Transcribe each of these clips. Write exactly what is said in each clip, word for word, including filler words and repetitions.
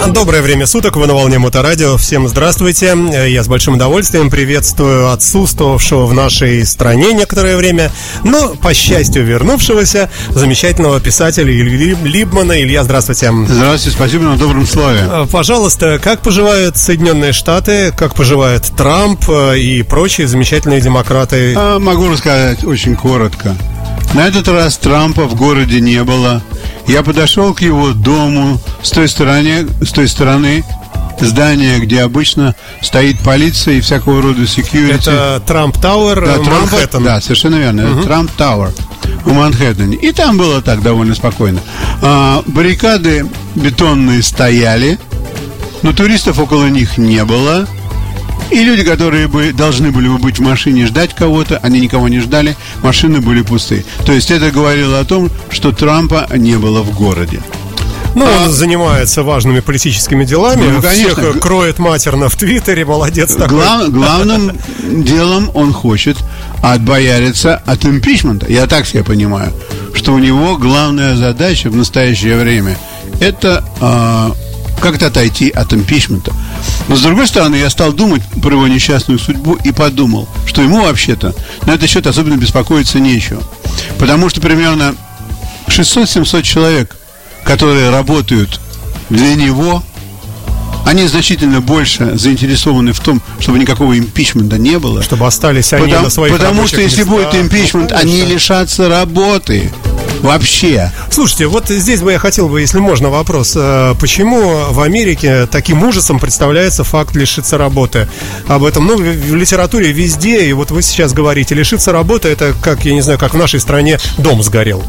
Доброе время суток, вы на волне Моторадио. Всем здравствуйте. Я с большим удовольствием приветствую отсутствовавшего в нашей стране некоторое время, но, по счастью, вернувшегося замечательного писателя Ильи Либмана. Илья, здравствуйте. Здравствуйте, спасибо на добром слове. Пожалуйста, как поживают Соединенные Штаты, как поживает Трамп и прочие замечательные демократы? А, могу рассказать очень коротко. На этот раз Трампа в городе не было. Я подошел к его дому с той стороны, с той стороны здания, где обычно стоит полиция и всякого рода security. Это Трамп Тауэр, да, Манхэттен. Да, совершенно верно. Uh-huh. Трамп Тауэр в Манхэттене. И там было так довольно спокойно. а, Баррикады бетонные стояли, но туристов около них не было. И люди, которые бы должны были бы быть в машине, ждать кого-то, они никого не ждали, машины были пустые. То есть это говорило о том, что Трампа не было в городе. Ну, а... он занимается важными политическими делами, ну, конечно. Всех кроет матерно в Твиттере, молодец такой. Глав... Главным делом он хочет отбояриться от импичмента. Я так себе понимаю, что у него главная задача в настоящее время — это а, как-то отойти от импичмента. Но, с другой стороны, я стал думать про его несчастную судьбу и подумал, что ему вообще-то на этот счет особенно беспокоиться нечего. Потому что примерно шестьсот-семьсот человек, которые работают для него, они значительно больше заинтересованы в том, чтобы никакого импичмента не было. Чтобы остались они потому, на своих Потому что если местах, будет импичмент, ну, они лишатся работы. Вообще. Слушайте, вот здесь бы я хотел бы, если можно, вопрос. Почему в Америке таким ужасом представляется факт лишиться работы? Об этом, ну, в литературе везде. И вот вы сейчас говорите, лишиться работы — это, как, я не знаю, как в нашей стране дом сгорел.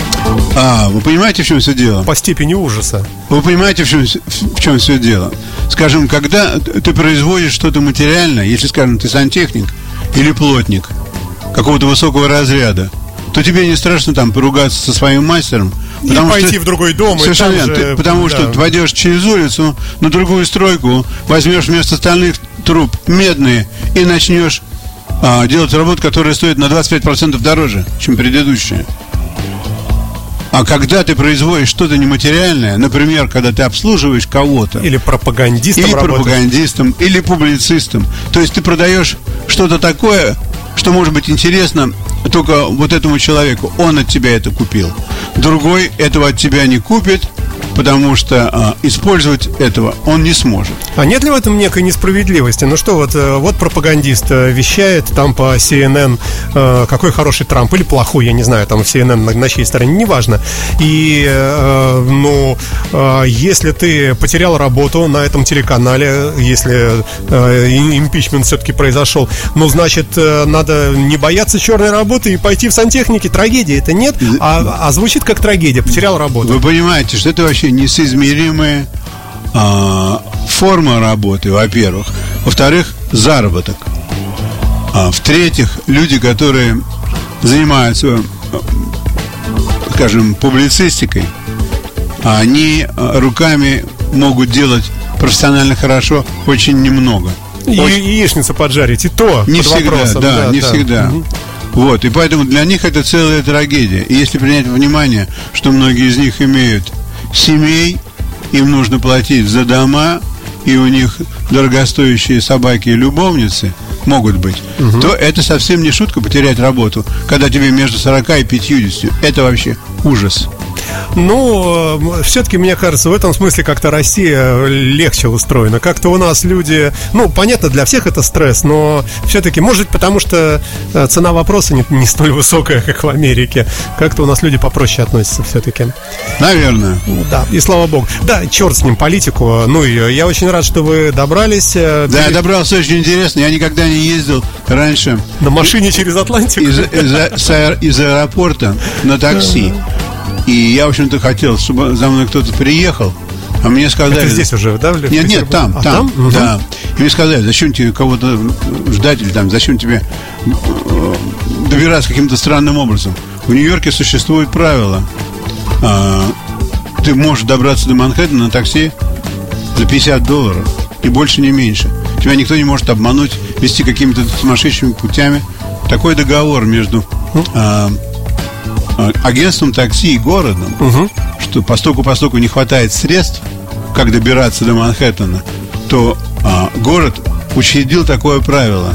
А, вы понимаете, в чем все дело? По степени ужаса. Вы понимаете, в чем, в чем все дело? Скажем, когда ты производишь что-то материальное, если, скажем, ты сантехник или плотник какого-то высокого разряда, то тебе не страшно там поругаться со своим мастером, потому и пойти что, в другой дом. Совершенно верно. Же, потому да. что ты пойдешь через улицу на другую стройку, возьмешь вместо остальных труб медные и начнешь а, делать работу, которая стоит на двадцать пять процентов дороже, чем предыдущая. А когда ты производишь что-то нематериальное, например, когда ты обслуживаешь кого-то, или пропагандистом, или работаешь. пропагандистом, или публицистом, то есть ты продаешь что-то такое, что может быть интересно только вот этому человеку. Он от тебя это купил. Другой этого от тебя не купит, потому что а, использовать этого он не сможет. А нет ли в этом некой несправедливости? Ну что, вот, вот пропагандист вещает там по си эн эн, э, какой хороший Трамп или плохой, я не знаю, там в си эн эн на, на чьей стороне, неважно. И, э, ну, э, если ты потерял работу на этом телеканале, если э, импичмент все-таки произошел, ну, значит, э, надо не бояться черной работы и пойти в сантехники. Трагедии это нет, а, а звучит как трагедия, потерял работу. Вы понимаете, что это вообще несоизмеримая а, форма работы, во-первых. Во-вторых, заработок. а, В-третьих, люди, которые занимаются, скажем, публицистикой, они руками могут делать профессионально хорошо очень немного. И очень... яичницу поджарить, и то не под всегда, вопросом, да, да, не да. всегда. Угу. Вот, и поэтому для них это целая трагедия. И если принять во внимание, что многие из них имеют семей, им нужно платить за дома, и у них дорогостоящие собаки и любовницы могут быть, угу. то это совсем не шутка потерять работу, когда тебе между сорока и пятьюдесятью. Это вообще ужас. Ну, все-таки, мне кажется, в этом смысле как-то Россия легче устроена. Как-то у нас люди, ну, понятно, для всех это стресс, но все-таки, может быть, потому что цена вопроса не, не столь высокая, как в Америке. Как-то у нас люди попроще относятся все-таки. Наверное. Да, и слава богу. Да, черт с ним, политику. Ну, я очень рад, что вы добрались. Да, я добрался очень интересно. Я никогда не ездил раньше на машине через Атлантику из, из, из, из аэропорта на такси. И я, в общем-то, хотел, чтобы за мной кто-то приехал. А мне сказали... Это здесь уже, да? Нет, нет, там, а, там, там? Да. И мне сказали, зачем тебе кого-то ждать, или там, зачем тебе добираться каким-то странным образом. В Нью-Йорке существует правило. А, ты можешь добраться до Манхэттена на такси за пятьдесят долларов. И больше, не меньше. Тебя никто не может обмануть, вести какими-то сумасшедшими путями. Такой договор между а, агентством такси и городом, угу. что постоку постоку не хватает средств, как добираться до Манхэттена, то а, город учредил такое правило.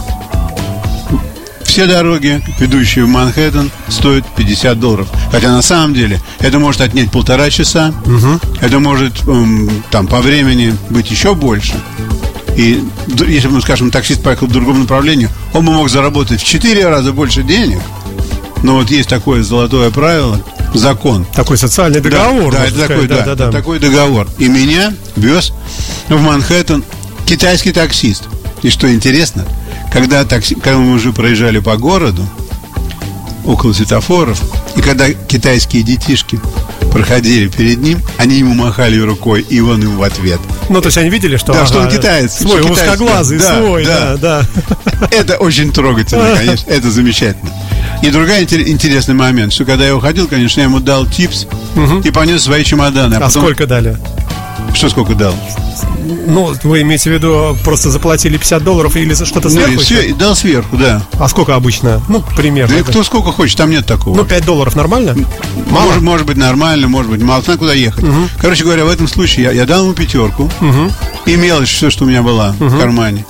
Все дороги, ведущие в Манхэттен, стоят пятьдесят долларов. Хотя на самом деле это может отнять полтора часа. Угу. Это может эм, там, по времени быть еще больше. И если бы, ну, скажем, таксист поехал в другом направлении, он бы мог заработать в четыре раза больше денег. Но вот есть такое золотое правило, закон. Такой социальный договор. Да, да, это такой, да, да, да. такой договор. И меня вез в Манхэттен китайский таксист. И что интересно, когда, такси, когда мы уже проезжали по городу, около светофоров, и когда китайские детишки проходили перед ним, они ему махали рукой, и он им в ответ. Ну, то есть они видели, что, да, ага, что он китаец. Свой что узкоглазый, да, свой, да, да, да. Это очень трогательно, конечно, это замечательно. И другой интересный момент, что когда я уходил, конечно, я ему дал типс угу. и понес свои чемоданы. А, а потом... сколько дали? Что сколько дал? Ну, вы имеете в виду, просто заплатили пятьдесят долларов или за что-то сверху? Ну, свер... дал сверху, да. А сколько обычно? Ну, примерно. Да кто сколько хочет, там нет такого. Ну, пять долларов нормально? Мало? Может, может быть нормально, может быть мало. Знаю, куда ехать. Угу. Короче говоря, в этом случае я, я дал ему пятерку угу. и мелочь, все, что у меня была угу. в кармане.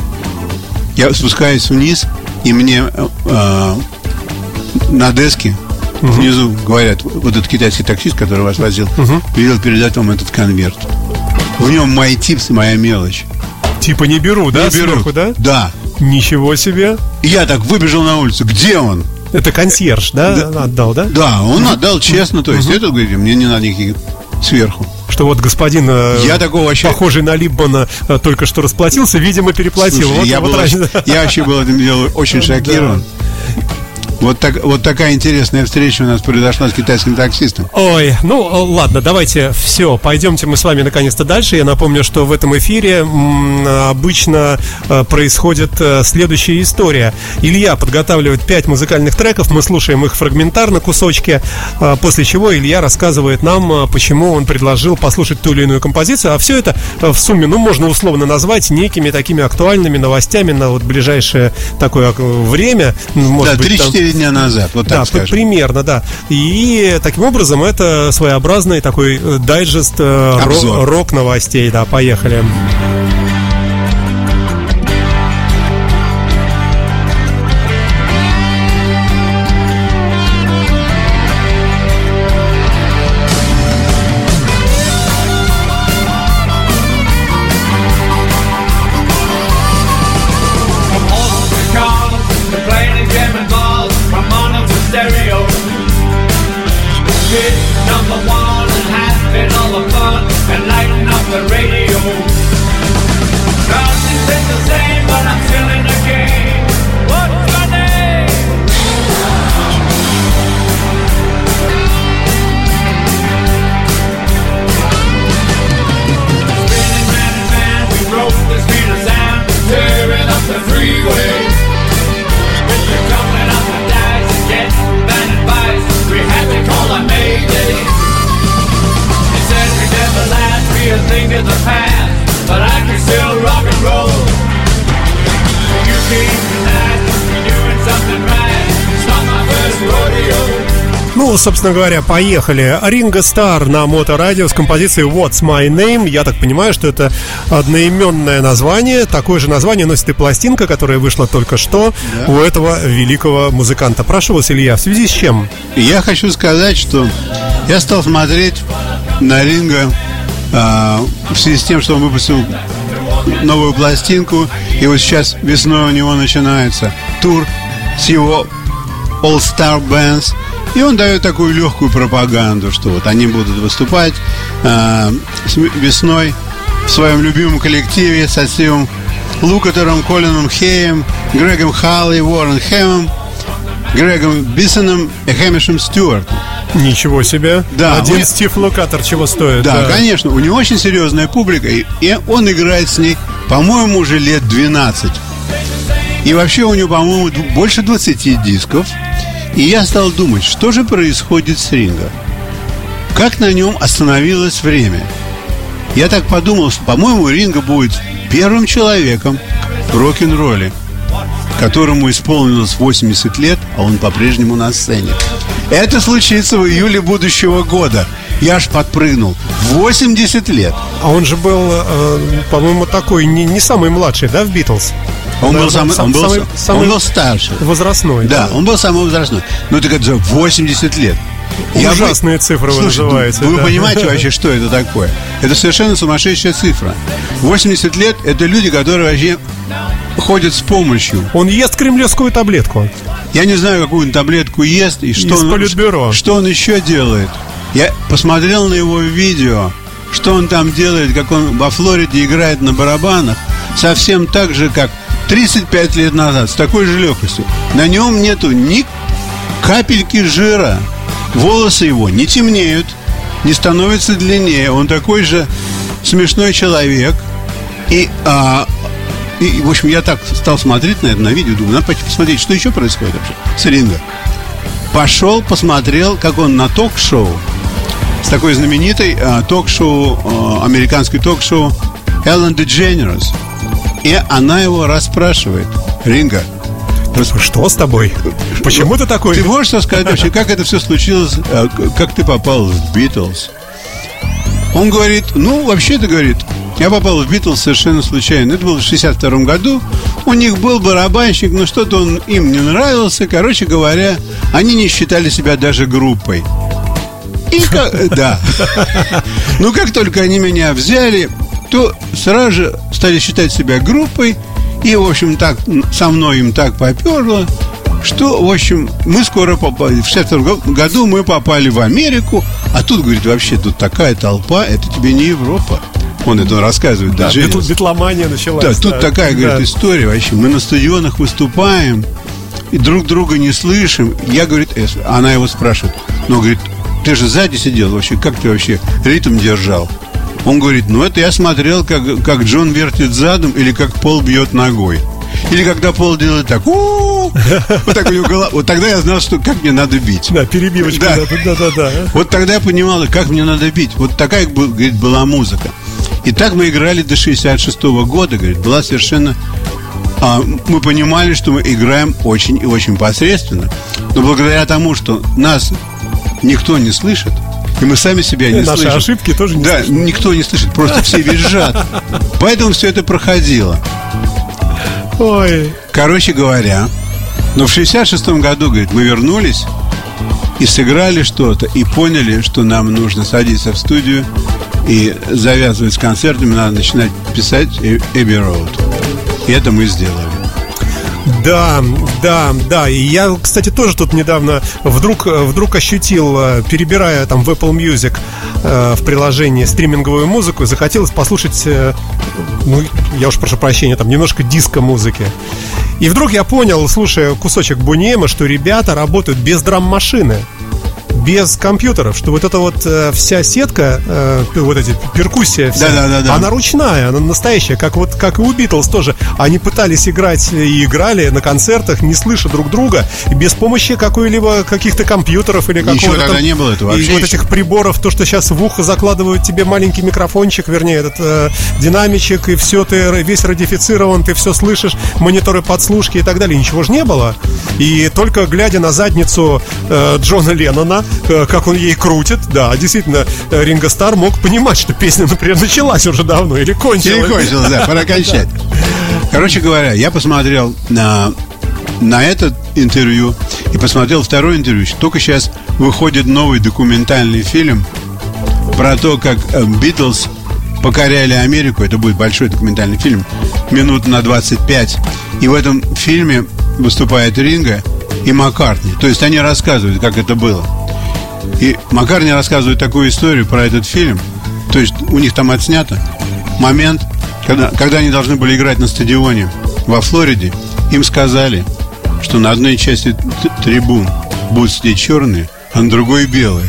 Я спускаюсь вниз, и мне э, на деске угу. внизу говорят, вот этот китайский таксист, который вас возил, угу. велел передать вам этот конверт. В нем мои типсы, моя мелочь. Типа не беру, да? Не беру, сверху, да? Да. Ничего себе. И я так выбежал на улицу. Где он? Это консьерж, да? да. Отдал, да? Да, он отдал честно. То есть, это, говорит, мне не надо никаких сверху. Что вот господин, я такого вообще... похожий на Либмана, только что расплатился, видимо, переплатил. Слушай, вот, я, вот был, очень, я вообще был этим делом очень шокирован. Да. Вот, так, вот такая интересная встреча у нас произошла с китайским таксистом. Ой, ну ладно, давайте все, пойдемте мы с вами наконец-то дальше. Я напомню, что в этом эфире м, обычно э, происходит э, следующая история. Илья подготавливает пять музыкальных треков, мы слушаем их фрагментарно, кусочки, э, после чего Илья рассказывает нам, э, почему он предложил послушать ту или иную композицию. А все это э, в сумме, ну, можно условно назвать некими такими актуальными новостями на вот ближайшее такое время. Может да, три-четыре дня назад, вот так да, скажем. Примерно, да. И таким образом это своеобразный такой дайджест рок, рок-новостей. Да, поехали. Ну, собственно говоря, поехали. Ринго Стар на Моторадио с композицией What's My Name. Я так понимаю, что это одноименное название. Такое же название носит и пластинка, которая вышла только что, да, у этого великого музыканта. Прошу вас, Илья, в связи с чем? Я хочу сказать, что я стал смотреть на Ринго э, в связи с тем, что он выпустил новую пластинку. И вот сейчас весной у него начинается тур с его All Star Bands. И он дает такую легкую пропаганду, что вот они будут выступать э, весной в своем любимом коллективе со Стивом Лукатером, Колином Хеем, Грегом Халли, Уоррен Хэмом, Грегом Биссоном и Хэмишем Стюартом. Ничего себе. Да, один он... Стив Лукатер чего стоит. Да, да, конечно, у него очень серьезная публика, и, и он играет с ней, по-моему, уже лет двенадцать. И вообще у него, по-моему, больше двадцати дисков. И я стал думать, что же происходит с Ринго? Как на нем остановилось время? Я так подумал, что, по-моему, Ринго будет первым человеком в рок-н-ролле, которому исполнилось восемьдесят лет, а он по-прежнему на сцене. Это случится в июле будущего года. Я аж подпрыгнул. восемьдесят лет. А он же был, э, по-моему, такой не, не самый младший, да, в Битлз? Он, да, был, самый, сам, он, был, самый, он самый был старше. Возрастной. Да, да, он был самый возрастной. Ну, так это восемьдесят лет. Ужасные Я, цифры вы слушайте, называете. Вы да. понимаете вообще, что это такое? Это совершенно сумасшедшая цифра. восемьдесят лет – это люди, которые вообще ходят с помощью. Он ест кремлевскую таблетку. Я не знаю, какую он таблетку ест и что он, что он еще делает. Я посмотрел на его видео, что он там делает, как он во Флориде играет на барабанах, совсем так же, как тридцать пять лет назад, с такой же легкостью. На нем нету ни капельки жира. Волосы его не темнеют, не становятся длиннее. Он такой же смешной человек. И, а, и в общем, я так стал смотреть на это, на видео. Думаю, надо посмотреть, что еще происходит вообще с Ринго. Пошел, посмотрел, как он на ток-шоу, с такой знаменитой а, ток-шоу, а, американской ток-шоу Эллен Дедженерес. И она его расспрашивает: Ринго, что с тобой? Почему ты такой? Ты можешь рассказать вообще, как это все случилось? Как ты попал в Битлз? Он говорит, ну, вообще-то, говорит, я попал в Битлз совершенно случайно. Это было в шестьдесят втором году. У них был барабанщик, но что-то он им не нравился. Короче говоря, они не считали себя даже группой. И как, да. Ну, как только они меня взяли, то сразу же стали считать себя группой. И, в общем, так со мной им так поперло, что, в общем, мы скоро попали. В шестьдесят втором году мы попали в Америку. А тут, говорит, вообще тут такая толпа, это тебе не Европа. Он это рассказывает. Да, битл, битломания началась. Да, тут да, такая, говорит, да. история вообще. Мы на стадионах выступаем и друг друга не слышим. Я, говорит, она его спрашивает, ну, говорит, ты же сзади сидел вообще, как ты вообще ритм держал? Он говорит, ну это я смотрел, как, как Джон вертит задом, или как Пол бьет ногой. Или когда Пол делает так, у-у-у, вот так у него голова. Вот тогда я знал, что как мне надо бить. Да, перебивочка. Да. Да, да, да. Вот тогда я понимал, как мне надо бить. Вот такая, говорит, была музыка. И так мы играли до шестьдесят шестого года, говорит, была совершенно... А, мы понимали, что мы играем очень и очень посредственно. Но благодаря тому, что нас никто не слышит, и мы сами себя не Наши слышим. Наши ошибки тоже не да, слышат. Да, никто не слышит, просто все визжат. Поэтому все это проходило. Ой. Короче говоря, но в шестьдесят шестом году, говорит, мы вернулись и сыграли что-то, и поняли, что нам нужно садиться в студию и завязывать с концертами, надо начинать писать Abbey Road. И это мы сделали. Да, да, да. И я, кстати, тоже тут недавно вдруг, вдруг ощутил, перебирая там в Apple Music э, в приложении стриминговую музыку, захотелось послушать, э, ну, я уж прошу прощения, там немножко диско-музыки. И вдруг я понял, слушая кусочек Буньема, что ребята работают без драм-машины, без компьютеров, что вот эта вот э, вся сетка, э, вот эти перкуссия вся, да, да, да, да. она ручная, она настоящая, как вот как и у Битлз тоже. Они пытались играть и играли на концертах, не слыша друг друга, без помощи какой-либо каких-то компьютеров или какого-то. Ничего тогда не было этого вообще. И вот этих приборов, то, что сейчас в ухо закладывают тебе маленький микрофончик, вернее, этот э, динамичек, и все, ты весь радиофицирован, ты все слышишь, мониторы подслушки и так далее. Ничего же не было. И только глядя на задницу э, Джона Леннона, как он ей крутит, да, действительно, Ринго Стар мог понимать, что песня, например, началась уже давно или кончилась. Или кончилась, да, пора кончать. Короче говоря, я посмотрел на, на это интервью и посмотрел второе интервью. Только сейчас выходит новый документальный фильм про то, как Битлз покоряли Америку. Это будет большой документальный фильм, минут на двадцать пять. И в этом фильме выступает Ринго и Маккартни. То есть они рассказывают, как это было. И Маккартни рассказывает такую историю про этот фильм. То есть у них там отснято момент, когда, когда они должны были играть на стадионе во Флориде. Им сказали, что на одной части трибун будут сидеть черные, а на другой белые.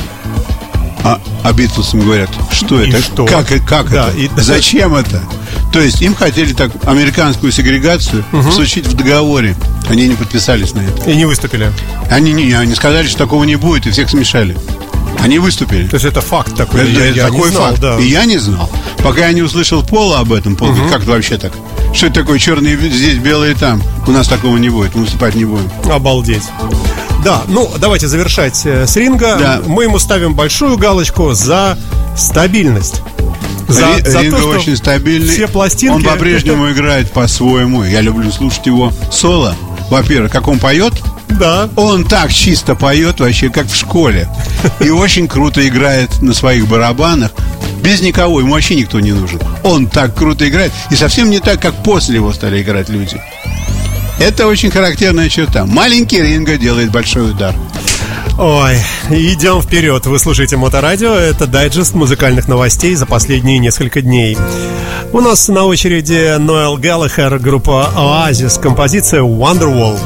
А, а Битлз им говорят, что и это? Что? Как, как да, это? И... Зачем это? То есть им хотели так американскую сегрегацию угу. всучить в договоре. Они не подписались на это. И не выступили. Они не, они сказали, что такого не будет, и всех смешали. Они выступили. То есть это факт такой. Это, я, это я такой не знал, факт. Да. И я не знал. Пока я не услышал Пола об этом. Пол говорит, угу. как это вообще так? Что это такое, черные здесь, белые там? У нас такого не будет, мы выступать не будем. Обалдеть. Да, ну давайте завершать с ринга. Да. Мы ему ставим большую галочку за стабильность. За, Ри, за Ринго то, очень стабильный. Все пластинки. Он по-прежнему играет по-своему. Я люблю слушать его соло. Во-первых, как он поет. Да. Он так чисто поет, вообще как в школе. И очень круто играет на своих барабанах. Без никого, ему вообще никто не нужен. Он так круто играет. И совсем не так, как после его стали играть люди. Это очень характерная черта. Маленький Ринго делает большой удар. Ой, идем вперед. Вы слушаете Моторадио. Это дайджест музыкальных новостей за последние несколько дней. У нас на очереди Ноэл Галлахер, группа Oasis, композиция Wonderwall.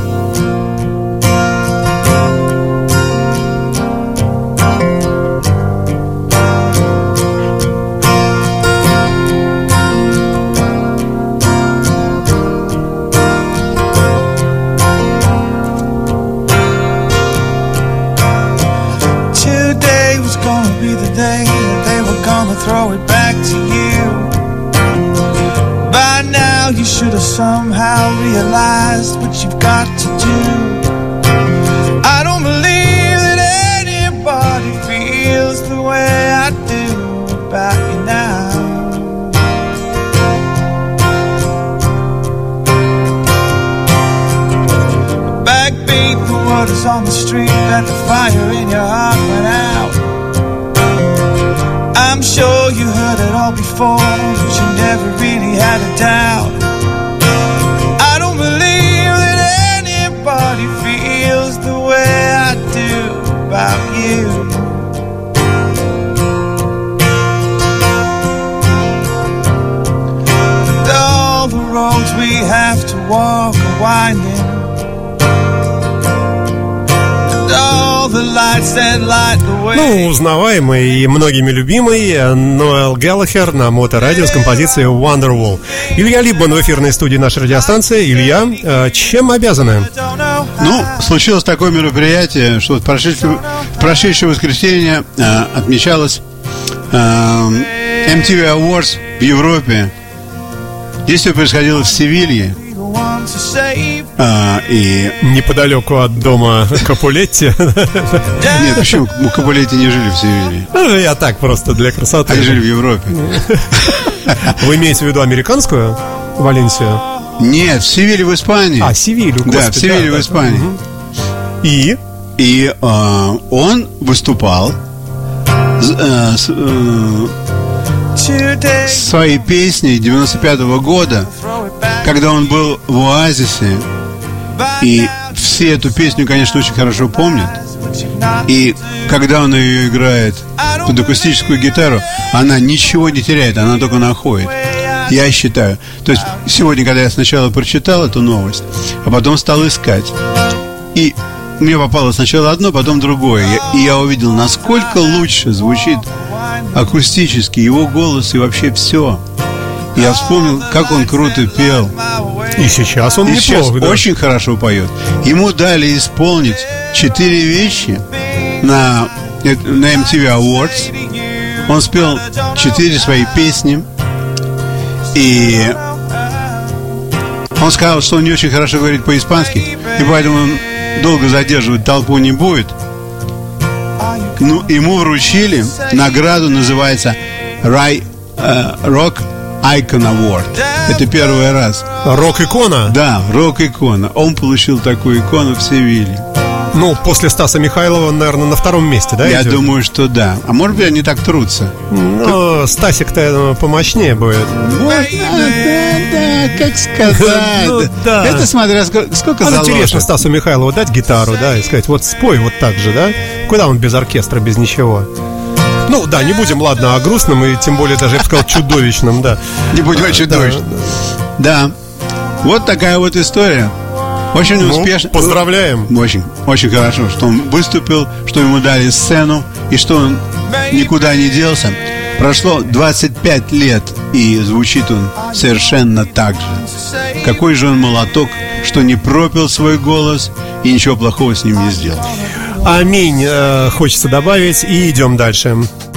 Somehow realized what you've got to do. I don't believe that anybody feels the way I do about you now. Backbeat, the word is on the street that the fire in your heart went out. I'm sure you heard it all before, but you never really had a doubt. Nobody feels the way I do about you. And all the roads we have to walk are winding, and all the lights that light the way. Ну, узнаваемый и многими любимый Ноэл Галлахер на Моторадио с композицией Wonderwall. Илья Либман в эфирной студии нашей радиостанции. Илья, э, чем обязаны? Ну, случилось такое мероприятие, что в прошедшее, в прошедшее воскресенье э, отмечалось э, эм ти ви Awards в Европе. Действие происходило в Севилье. А, и... Неподалеку от дома Капулетти. Нет, почему? Капулетти не жили в Севилье. Ну, я так просто для красоты. Они жили в Европе. Вы имеете в виду американскую Валенсию? Нет, в Севилье в Испании. А, Севилью, господи. Да, в Севилье да, в Испании. Угу. И? И э, он выступал э, с, э, своей песней девяносто пятого года, когда он был в Оазисе. И все эту песню, конечно, очень хорошо помнят. И когда он ее играет под акустическую гитару, она ничего не теряет, она только находит. Я считаю. То есть сегодня, когда я сначала прочитал эту новость, а потом стал искать, и мне попало сначала одно, потом другое, И я увидел, насколько лучше звучит акустически его голос и вообще все. Я вспомнил, как он круто пел. И сейчас он и неплох, сейчас да? очень хорошо поет. Ему дали исполнить четыре вещи на, на эм ти ви Awards. Он спел четыре свои песни. И он сказал, что он не очень хорошо говорит по-испански, и поэтому он долго задерживать толпу не будет. Ну, ему вручили награду, называется Рай, э, Rock Icon Award. Это первый раз. Рок-икона? Да, рок-икона. Он получил такую икону в Севилье. Ну, после Стаса Михайлова, наверное, на втором месте, да? Я идет? думаю, что да. А может быть, они так трутся. Ну, Стасик-то, я думаю, помощнее будет. Вот, да, да, да, как сказать. Ну, да. Это смотря сколько, сколько а заложит. интересно Стасу Михайлову дать гитару, да, и сказать, вот спой вот так же, да? Куда он без оркестра, без ничего? Ну, да, не будем, ладно, о грустном и тем более даже, я бы сказал, чудовищном, да. Не будем о чудовищном. Да. Вот такая вот история. Очень ну, успешно. Поздравляем. Очень, очень хорошо, что он выступил, что ему дали сцену и что он никуда не делся. Прошло двадцать пять лет, и звучит он совершенно так же. Какой же он молоток, что не пропил свой голос и ничего плохого с ним не сделал. Аминь, э, хочется добавить, и идем дальше.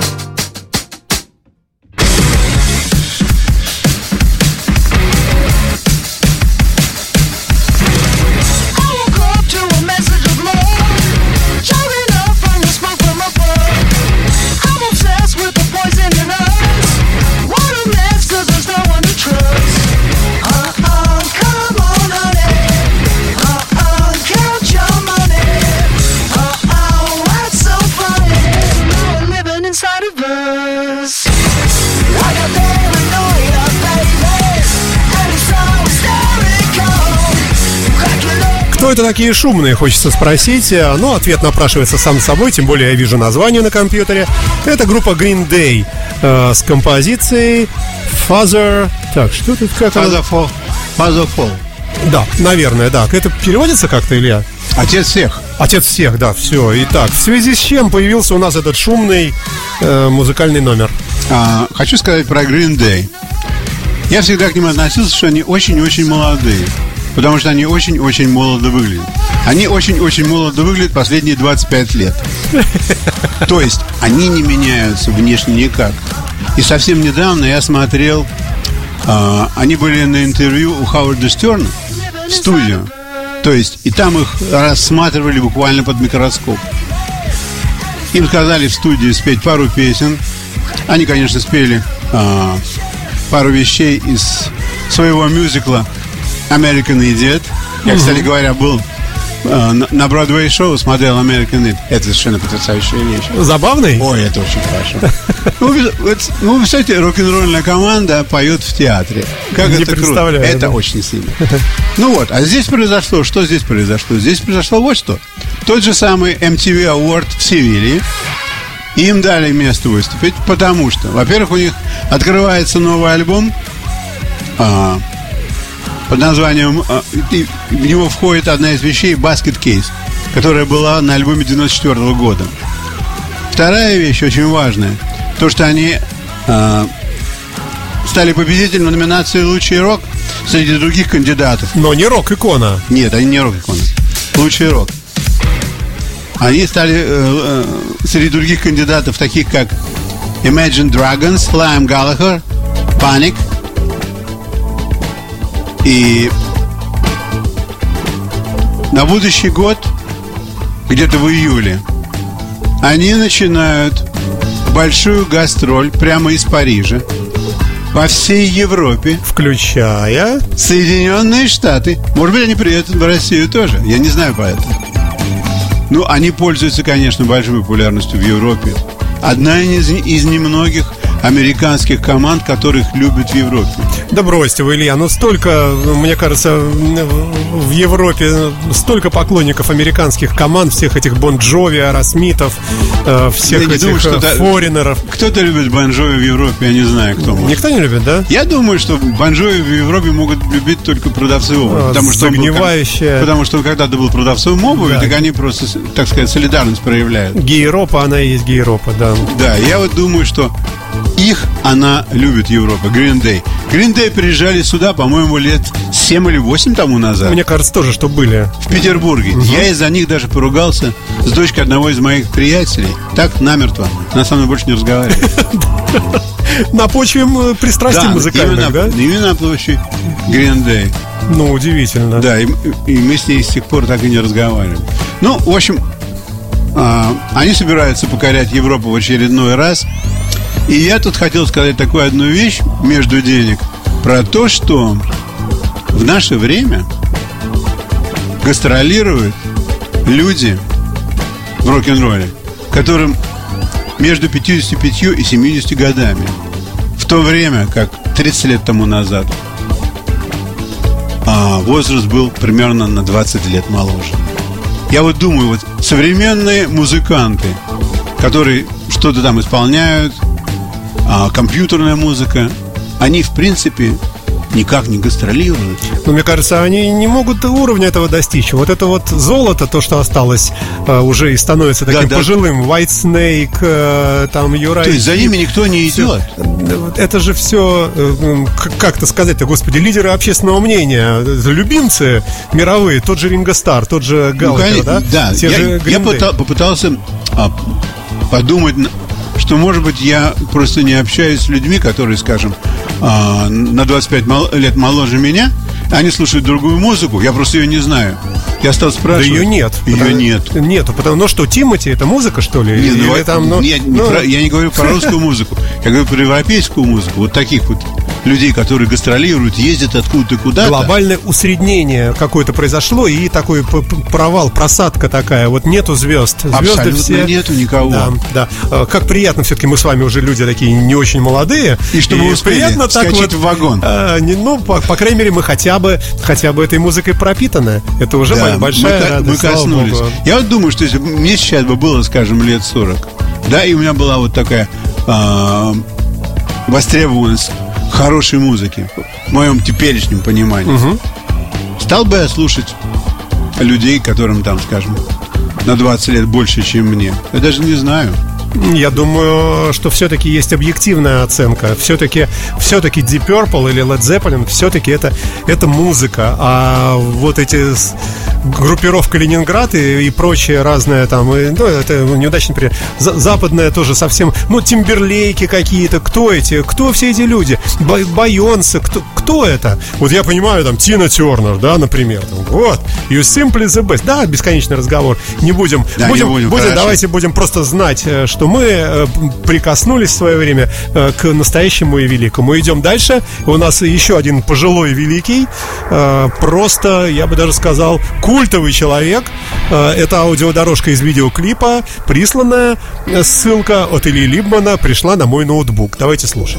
Кто это такие шумные, хочется спросить. Ну, ответ напрашивается сам собой, тем более я вижу название на компьютере. Это группа Green Day э, с композицией Father... Так, что тут? Как Father Fall. Father Fall. Да, наверное, да. Это переводится как-то, Илья? Отец всех. Отец всех, да, все. Итак, в связи с чем появился у нас этот шумный э, музыкальный номер? А, хочу сказать про Green Day. Я всегда к ним относился, что они очень-очень молодые. Потому что они очень-очень молодо выглядят. Они очень-очень молодо выглядят последние двадцать пять лет. То есть они не меняются внешне никак. И совсем недавно я смотрел, э, они были на интервью у Хауарда Стерна в студию. То есть и там их рассматривали буквально под микроскоп. Им сказали в студии спеть пару песен. Они, конечно, спели э, пару вещей из своего мюзикла American Idiot. Я, кстати говоря, был э, на Бродвей шоу, смотрел American Idiot. Это совершенно потрясающая вещь. Забавный? Ой, это очень хорошо. Ну, вы представляете, рок-н-ролльная команда поет в театре. Как Не это круто. Это очень сильно. Ну вот, а здесь произошло, что здесь произошло? Здесь произошло вот что. Тот же самый эм ти ви Award в Севилье. Им дали место выступить, потому что, во-первых, у них открывается новый альбом а, под названием, а, и в него входит одна из вещей Basket Case, которая была на альбоме девяносто четвёртого года. Вторая вещь очень важная, то, что они а, стали победителем номинации «Лучший рок» среди других кандидатов. Но не рок-икона. Нет, они не рок-икона. Лучший рок. Они стали э, э, среди других кандидатов, таких как Imagine Dragons, Liam Gallagher, Panic. И на будущий год, где-то в июле, они начинают большую гастроль прямо из Парижа во всей Европе, включая Соединенные Штаты. Может быть, они приедут в Россию тоже. Я не знаю про это. Ну, они пользуются, конечно, большой популярностью в Европе. Одна из, из немногих американских команд, которых любят в Европе. Да бросьте вы, Илья, ну столько, мне кажется, в Европе столько поклонников американских команд, всех этих Бон Джови, Аэросмитов, всех я этих форинеров. Кто-то любит Бон Джови в Европе, я не знаю, кто может. Никто не любит, да? Я думаю, что Бон Джови в Европе могут любить только продавцы обуви. А, потому, что загнивающая... был, потому что он когда-то был продавцом обуви, да. Так они просто, так сказать, солидарность проявляют. Гейропа, она и есть гейропа, да. Да, я вот думаю, что их она любит, Европа, Green Day. Green Day приезжали сюда, по-моему, лет семь или восемь тому назад. Мне кажется, тоже, что были в Петербурге. Угу. Я из-за них даже поругался с дочкой одного из моих приятелей. Так, намертво. Она со мной больше не разговаривает. На почве пристрастий музыкальных, да? Именно на почве Green Day. Ну, удивительно. Да, и мы с ней с тех пор так и не разговариваем. Ну, в общем, они собираются покорять Европу в очередной раз. И я тут хотел сказать такую одну вещь между денег про то, что в наше время гастролируют люди в рок-н-ролле, которым между пятьюдесятью пятью и семьюдесятью годами. В то время, как тридцать лет тому назад а возраст был примерно на двадцать лет моложе. Я вот думаю, вот современные музыканты, которые что-то там исполняют, а, компьютерная музыка, они, в принципе, никак не гастролируют. Ну, мне кажется, они не могут уровня этого достичь. Вот это вот золото, то, что осталось, э, уже и становится таким да, пожилым. White Snake, э, там, Юрай. То есть за ними никто не идет. Это же все, э, как-то сказать-то, господи, лидеры общественного мнения, любимцы мировые, тот же Ринго Стар, тот же Галлахер, ну, да? Да, Те я, же я пытал, попытался а, подумать, что, может быть, я просто не общаюсь с людьми, которые, скажем, а, на двадцать пять лет моложе меня. Они слушают другую музыку, я просто ее не знаю. Я стал спрашивать. Да ее нет. Ее потому, нет. Нету, потому ну что, Тимати, это музыка, что ли? Нет, Или ну, там, ну, нет, ну... Не про, я не говорю про русскую музыку, я говорю про европейскую музыку. Вот таких вот людей, которые гастролируют, ездят откуда-то куда-то. Глобальное усреднение какое-то произошло, и такой провал, просадка такая. Вот нету звезд. Звезды абсолютно все... нету никого. Да, да. Как приятно, все-таки мы с вами уже люди такие не очень молодые. И чтобы и успели приятно так вскочить вот, в вагон. А, не, ну, по, по крайней мере, мы хотя бы, хотя бы этой музыкой пропитаны. Это уже да, большая мы, радость. мы коснулись. Я вот думаю, что если мне сейчас бы было, скажем, лет сорок, да, и у меня была вот такая а, востребованность хорошей музыки, в моем теперешнем понимании, угу. Стал бы я слушать людей, которым там, скажем, на двадцать лет больше, чем мне? Я даже не знаю. Я думаю, что все-таки есть объективная оценка. Все-таки, все-таки Deep Purple или Led Zeppelin, все-таки это, это музыка. А вот эти группировка Ленинград и, и прочее разное там, и, ну, это неудачный пример. Западная тоже совсем, ну, Тимберлейки какие-то. Кто эти? Кто все эти люди? Байонсы, кто, кто это? Вот я понимаю, там, Тина Тернер, да, например. Там, вот, You Simply the Best. Да, бесконечный разговор. Не будем, да, будем, не будем, будем давайте будем просто знать, что мы прикоснулись в свое время к настоящему и великому. Идем дальше. У нас еще один пожилой великий, просто, я бы даже сказал, культовый человек. Это аудиодорожка из видеоклипа, присланная ссылка от Ильи Либмана пришла на мой ноутбук. Давайте слушать.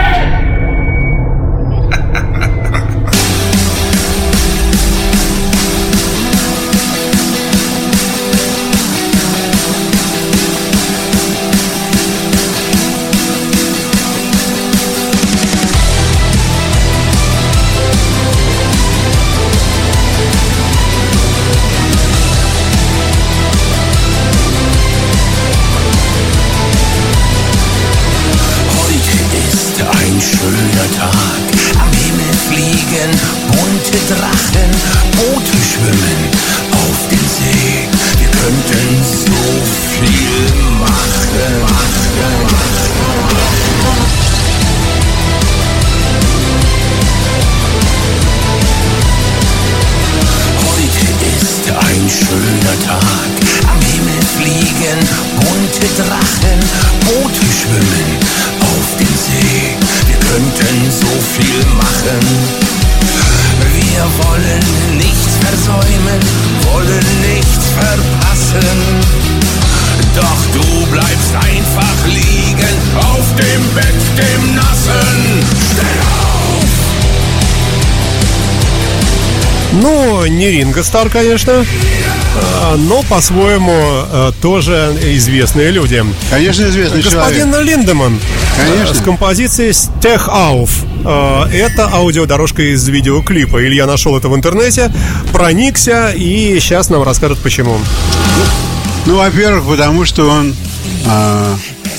Ну, не Ринго Стар, конечно, но по-своему тоже известные люди. Конечно, известный Господин человек. Линдеман. Конечно. С композицией Stech Auf. Это аудиодорожка из видеоклипа. Илья нашел это в интернете, проникся и сейчас нам расскажет, почему. Ну, во-первых, потому что он, а,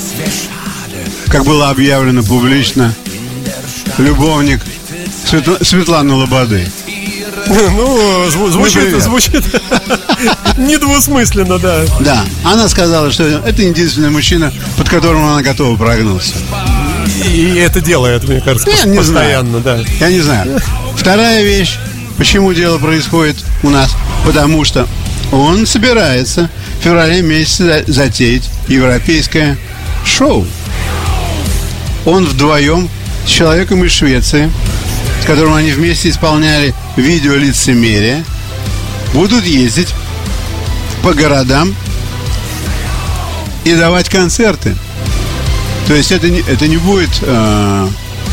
как было объявлено публично, любовник Светла... Светланы Лободы. Ну, зву- звучит, звучит недвусмысленно, да. Да, она сказала, что это единственный мужчина, под которым она готова прогнуться. И это делает, мне кажется, Я не постоянно, знаю. да. Я не знаю. Вторая вещь, почему дело происходит у нас, потому что он собирается в феврале месяце затеять европейское шоу. Он вдвоем с человеком из Швеции, с которым они вместе исполняли видео «Лицемерие», будут ездить по городам и давать концерты. То есть это не, это не будет э,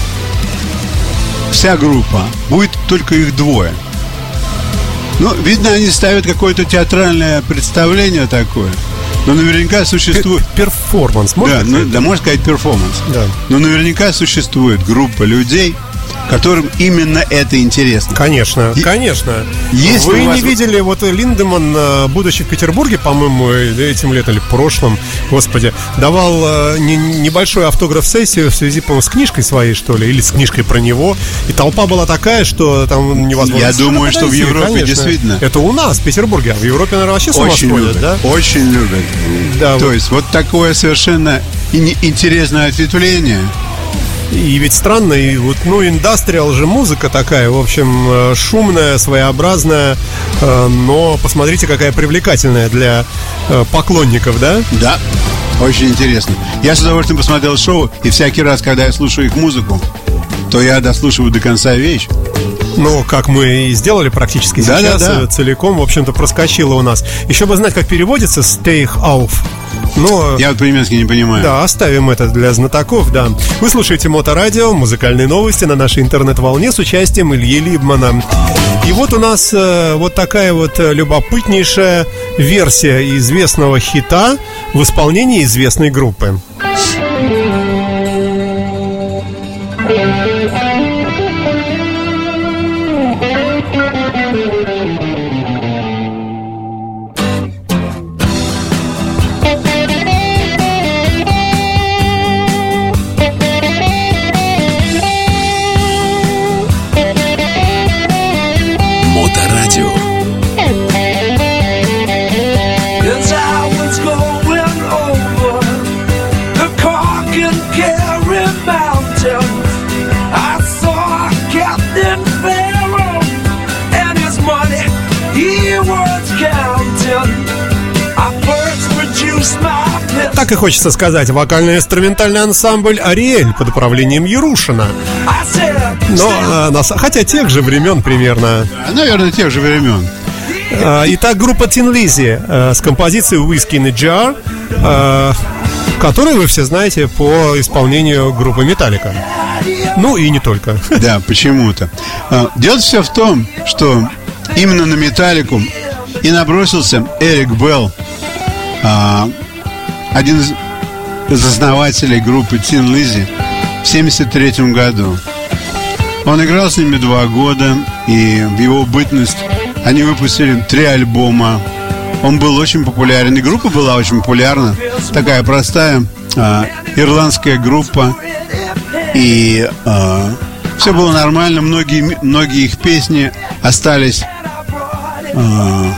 вся группа, будет только их двое. Ну, видно, они ставят какое-то театральное представление такое. Но наверняка существует... Перформанс, можно да, ну, да, можно сказать перформанс. Да. Но наверняка существует группа людей, которым именно это интересно. Конечно, И- конечно. Если Вы у вас- не видели, вот Линдеман, э, будучи в Петербурге, по-моему, этим летом или прошлым, господи, давал э, не- небольшую автограф-сессию в связи, по-моему, с книжкой своей, что ли, или с книжкой про него. И толпа была такая, что там невозможно. Я думаю, Ну, что в подойти, Европе конечно. действительно. Это у нас, в Петербурге, а в Европе, наверное, вообще с ума Очень сходят, любят, да? очень любят. Да, То вот. есть вот такое совершенно ин- интересное ответвление. И ведь странно, и вот, ну, индастриал же музыка такая, в общем, э, шумная, своеобразная, э, но посмотрите, какая привлекательная для э, поклонников, да? Да, очень интересно. Я с удовольствием посмотрел шоу, и всякий раз, когда я слушаю их музыку, то я дослушиваю до конца вещь. Ну, как мы и сделали практически Да, сейчас, да, да. э, целиком, в общем-то, проскочило у нас. Еще бы знать, как переводится «stay auf». Но... Я вот по-немецки не понимаю. Да, оставим это для знатоков, да. Вы слушаете Моторадио, музыкальные новости на нашей интернет-волне с участием Ильи Либмана. И вот у нас э, вот такая вот э, любопытнейшая версия известного хита в исполнении известной группы. Моторадио. As I was going over the Cork and Kerry mountains, I saw Captain Pharaoh and his money he was counting. I first produced my pistol. Так и хочется сказать, вокально-инструментальный ансамбль «Ариэль» под управлением Ярушина. I said, Но, э, на с- хотя тех же времен примерно. Наверное, тех же времен. Э, Итак, группа Tin Lizzy э, с композицией «Whiskey in a Jar», э, которую вы все знаете по исполнению группы «Металлика». Ну и не только. Да, почему-то. А, Дело все в том, что именно на «Металлику» и набросился Эрик Белл, а, один из из основателей группы Tin Lizzy, в семьдесят третьем году. Он играл с ними два года, и в его бытность они выпустили три альбома. Он был очень популярен, и группа была очень популярна. Такая простая а, ирландская группа. И а, все было нормально. Многие, многие их песни остались а,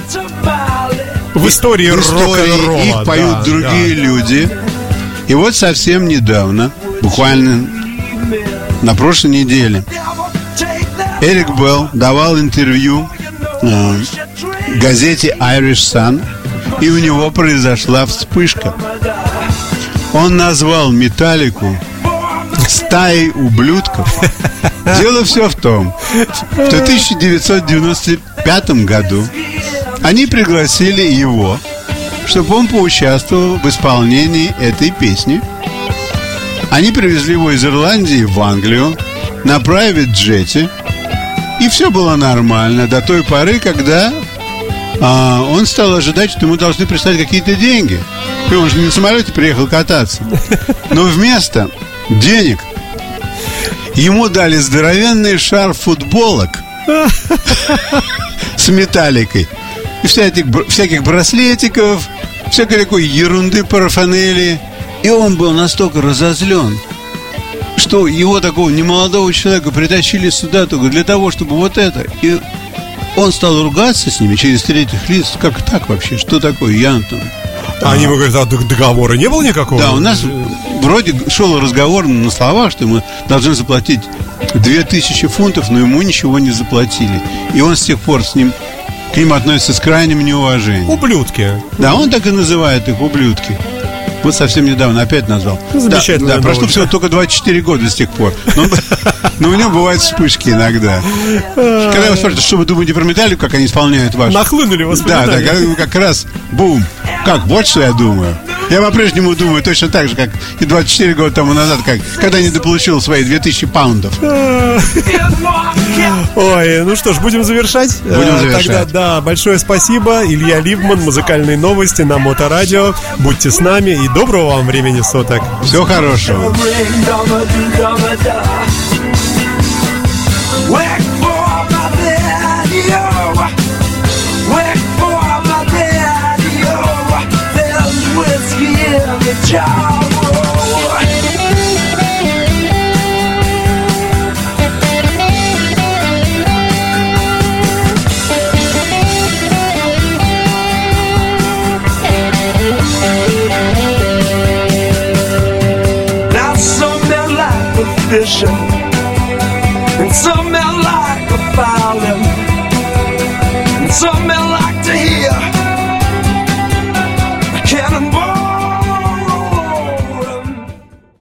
В истории в истории. рок-н-ролла. Их поют да, другие да. люди. И вот совсем недавно, буквально на прошлой неделе, Эрик Белл давал интервью э, газете Irish Sun, и у него произошла вспышка. Он назвал «Металлику» стаей ублюдков. Дело все в том, что в тысяча девятьсот девяносто пятом году они пригласили его, чтобы он поучаствовал в исполнении этой песни. Они привезли его из Ирландии в Англию на прайвет-джете, и все было нормально до той поры, когда а, он стал ожидать, что ему должны прислать какие-то деньги. И он же не на самолете приехал кататься. Но вместо денег ему дали здоровенный шар футболок с металликой. И всяких, всяких браслетиков, всякой такой ерунды, парафанелии. И он был настолько разозлен, что его, такого немолодого человека, притащили сюда только для того, чтобы вот это. И он стал ругаться с ними через третьих лиц. Как так вообще? Что такое, Янтон? А они ему говорят, а д- договора не было никакого? Да, у нас вроде шел разговор на словах, что мы должны заплатить две тысячи фунтов, но ему ничего не заплатили. И он с тех пор с ним, к ним относится с крайним неуважением. Ублюдки. Да, он так и называет их ублюдки. Вот совсем недавно опять назвал. Замечательно. Да, да, прошло всего только двадцать четыре года с тех пор. Но, но у него бывают вспышки иногда. Когда его спрашивают, что вы думаете про Металлику, как они исполняют ваши... Нахлынули Да, воспоминания. да, как, как раз бум. Как, вот что я думаю. Я по-прежнему думаю точно так же, как и двадцать четыре года тому назад, как, когда недополучил свои две тысячи паундов. Ой, ну что ж, будем завершать? Будем Э, завершать. Тогда, да, большое спасибо. Илья Либман, музыкальные новости на Моторадио. Будьте с нами и доброго вам времени суток. Всего хорошего. Ring, dum-a-doo, dum-a-da. Work for my daddy, oh. Work for my daddy, oh. There's whiskey in the jar, oh. Now some men like the fishing, and some men like the fowling, and some men like